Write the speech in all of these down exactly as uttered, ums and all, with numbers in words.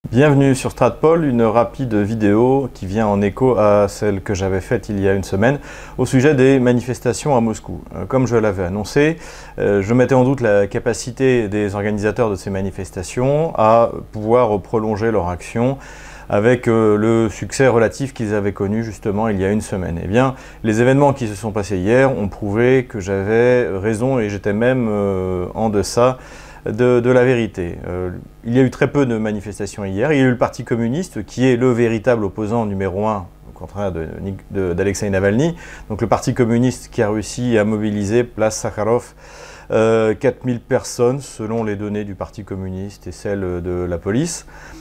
Bienvenue sur Stratpol, une rapide vidéo qui vient en écho à celle que j'avais faite il y a une semaine au sujet des manifestations à Moscou. Comme je l'avais annoncé, je mettais en doute la capacité des organisateurs de ces manifestations à pouvoir prolonger leur action avec le succès relatif qu'ils avaient connu justement il y a une semaine. Eh bien, les événements qui se sont passés hier ont prouvé que j'avais raison et j'étais même en deçà De, de la vérité. Euh, il y a eu très peu de manifestations hier. Il y a eu le Parti communiste, qui est le véritable opposant numéro un, au contraire d'Alexeï Navalny. Donc le Parti communiste qui a réussi à mobiliser, place Sakharov, euh, quatre mille personnes, selon les données du Parti communiste et celles de la police.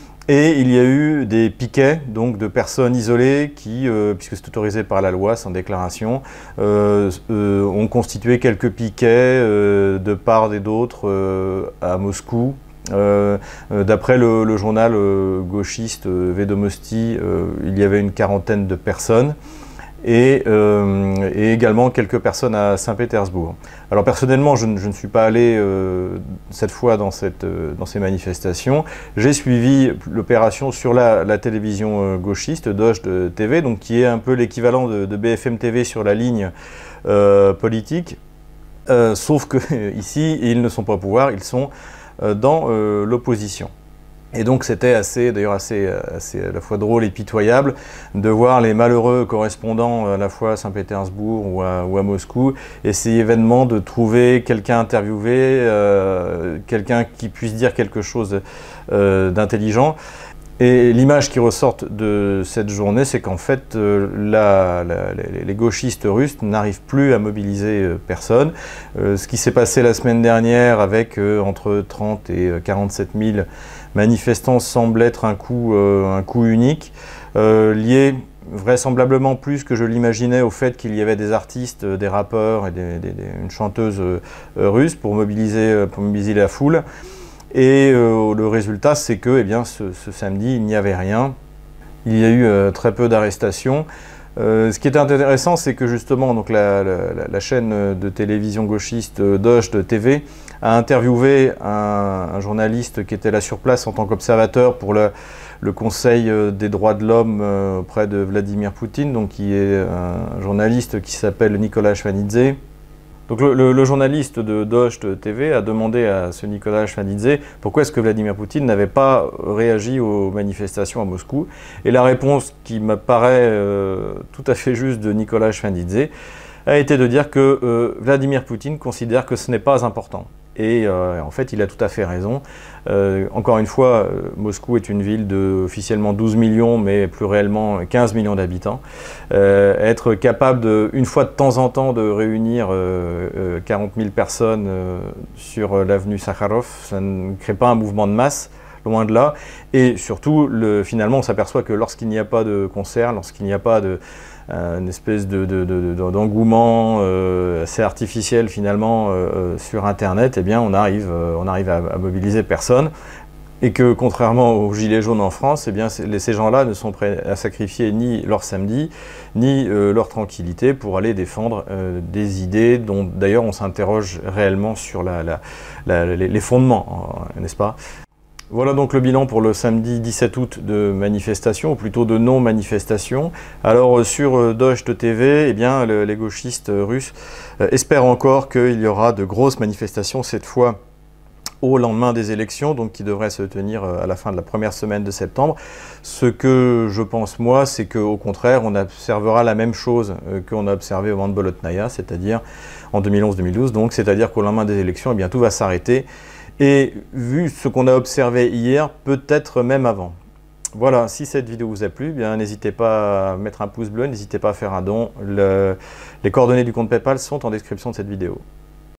Et il y a eu des piquets donc de personnes isolées qui, euh, puisque c'est autorisé par la loi, sans déclaration, euh, euh, ont constitué quelques piquets euh, de part et d'autre euh, à Moscou. Euh, euh, D'après le, le journal euh, gauchiste euh, Vedomosti, euh, il y avait une quarantaine de personnes. Et, euh, et également quelques personnes à Saint-Pétersbourg. Alors personnellement, je ne, je ne suis pas allé euh, cette fois dans, cette, euh, dans ces manifestations. J'ai suivi l'opération sur la, la télévision euh, gauchiste, Dojd T V, donc qui est un peu l'équivalent de, de B F M T V sur la ligne euh, politique. Euh, sauf que ici, ils ne sont pas au pouvoir, ils sont euh, dans euh, l'opposition. Et donc c'était assez, d'ailleurs assez, assez à la fois drôle et pitoyable de voir les malheureux correspondants à la fois à Saint-Pétersbourg ou à, ou à Moscou essayer vainement de trouver quelqu'un interviewé, euh, quelqu'un qui puisse dire quelque chose euh, d'intelligent. Et l'image qui ressort de cette journée, c'est qu'en fait, euh, la, la, les gauchistes russes n'arrivent plus à mobiliser euh, personne. Euh, ce qui s'est passé la semaine dernière avec euh, entre trente et quarante-sept mille manifestants semble être un coup, euh, un coup unique, euh, lié vraisemblablement plus que je l'imaginais au fait qu'il y avait des artistes, des rappeurs et des, des, des, une chanteuse euh, russe pour mobiliser, pour mobiliser la foule. Et euh, le résultat, c'est que eh bien, ce, ce samedi, il n'y avait rien. Il y a eu euh, très peu d'arrestations. Euh, ce qui est intéressant, c'est que justement donc, la, la, la chaîne de télévision gauchiste euh, Dojd T V a interviewé un, un journaliste qui était là sur place en tant qu'observateur pour le, le Conseil des droits de l'homme euh, auprès de Vladimir Poutine, donc, qui est un journaliste qui s'appelle Nicolas Shvanidze. Donc le, le, le journaliste de Dojd T V a demandé à ce Nicolas Shvanidze pourquoi est-ce que Vladimir Poutine n'avait pas réagi aux manifestations à Moscou. Et la réponse qui me paraît euh, tout à fait juste de Nicolas Shvanidze a été de dire que euh, Vladimir Poutine considère que ce n'est pas important. Et euh, en fait, il a tout à fait raison. Euh, encore une fois, euh, Moscou est une ville de officiellement douze millions, mais plus réellement quinze millions d'habitants. Euh, être capable, de, une fois de temps en temps, de réunir euh, euh, quarante mille personnes euh, sur l'avenue Sakharov, ça ne crée pas un mouvement de masse, loin de là. Et surtout, le, finalement, on s'aperçoit que lorsqu'il n'y a pas de concert, lorsqu'il n'y a pas de... une espèce de, de, de, de, d'engouement euh, assez artificiel finalement euh, sur Internet, eh bien on arrive, euh, on arrive à, à mobiliser personne. Et que contrairement aux gilets jaunes en France, eh bien, ces gens-là ne sont prêts à sacrifier ni leur samedi, ni euh, leur tranquillité pour aller défendre euh, des idées dont d'ailleurs on s'interroge réellement sur la, la, la, les, les fondements, n'est-ce pas ? Voilà donc le bilan pour le samedi dix-sept août de manifestation, ou plutôt de non-manifestation. Alors sur Dojd T V, eh bien, le, les gauchistes russes euh, espèrent encore qu'il y aura de grosses manifestations cette fois au lendemain des élections, donc qui devraient se tenir à la fin de la première semaine de septembre. Ce que je pense moi, c'est qu'au contraire, on observera la même chose qu'on a observé au moment de Bolotnaya, c'est-à-dire en deux mille onze deux mille douze, donc c'est-à-dire qu'au lendemain des élections, eh bien, tout va s'arrêter. Et vu ce qu'on a observé hier, peut-être même avant. Voilà, si cette vidéo vous a plu, bien n'hésitez pas à mettre un pouce bleu, n'hésitez pas à faire un don. Le, les coordonnées du compte PayPal sont en description de cette vidéo.